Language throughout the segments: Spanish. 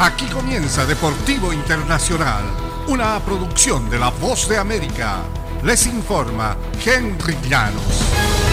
Aquí comienza Deportivo Internacional, una producción de La Voz de América. Les informa Henry Llanos.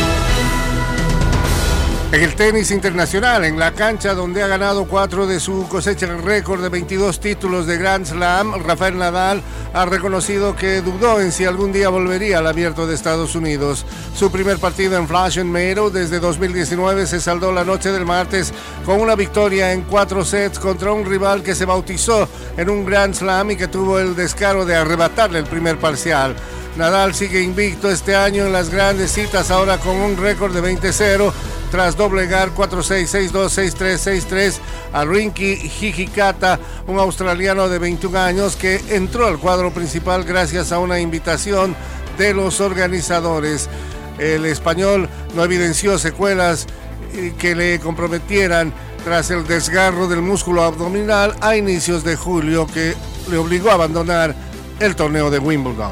En el tenis internacional, en la cancha donde ha ganado 4 de su cosecha, el récord de 22 títulos de Grand Slam, Rafael Nadal ha reconocido que dudó en si algún día volvería al Abierto de Estados Unidos. Su primer partido en Flushing Meadows desde 2019 se saldó la noche del martes con una victoria en 4 sets contra un rival que se bautizó en un Grand Slam y que tuvo el descaro de arrebatarle el primer parcial. Nadal sigue invicto este año en las grandes citas, ahora con un récord de 20-0, tras doblegar 4-6, 6-2, 6-3, 6-3 a Rinky Hijikata, un australiano de 21 años que entró al cuadro principal gracias a una invitación de los organizadores. El español no evidenció secuelas que le comprometieran tras el desgarro del músculo abdominal a inicios de julio, que le obligó a abandonar el torneo de Wimbledon.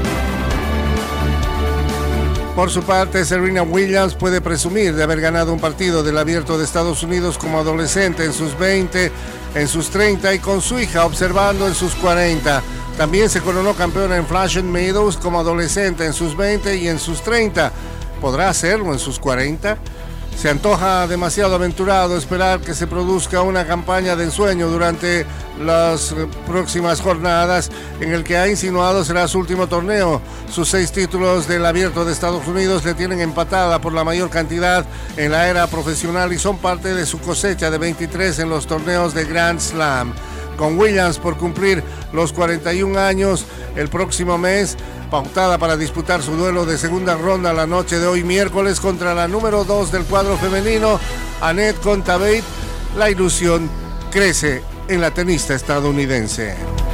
Por su parte, Serena Williams puede presumir de haber ganado un partido del Abierto de Estados Unidos como adolescente en sus 20, en sus 30 y con su hija observando en sus 40. También se coronó campeona en Flushing Meadows como adolescente en sus 20 y en sus 30. ¿Podrá hacerlo en sus 40? Se antoja demasiado aventurado esperar que se produzca una campaña de ensueño durante las próximas jornadas, en el que ha insinuado será su último torneo. Sus 6 títulos del Abierto de Estados Unidos le tienen empatada por la mayor cantidad en la era profesional y son parte de su cosecha de 23 en los torneos de Grand Slam. Con Williams por cumplir los 41 años el próximo mes, pautada para disputar su duelo de segunda ronda la noche de hoy miércoles contra la número 2 del cuadro femenino, Anett Kontaveit, la ilusión crece en la tenista estadounidense.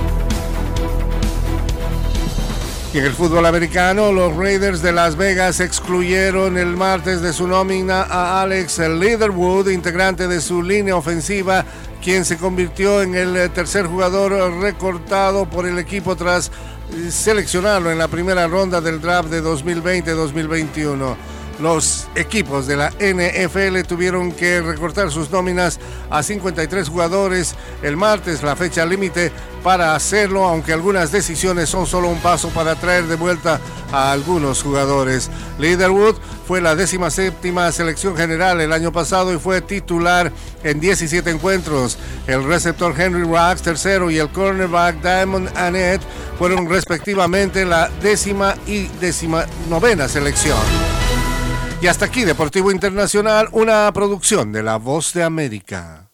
Y en el fútbol americano, los Raiders de Las Vegas excluyeron el martes de su nómina a Alex Leatherwood, integrante de su línea ofensiva, quien se convirtió en el tercer jugador recortado por el equipo tras seleccionarlo en la primera ronda del draft de 2020-2021. Los equipos de la NFL tuvieron que recortar sus nóminas a 53 jugadores el martes, la fecha límite para hacerlo, aunque algunas decisiones son solo un paso para traer de vuelta a algunos jugadores. Leatherwood fue la 17ª selección general el año pasado y fue titular en 17 encuentros. El receptor Henry Ruggs, tercero, y el cornerback Damon Arnette fueron respectivamente la 10ª y 19ª selección. Y hasta aquí Deportivo Internacional, una producción de La Voz de América.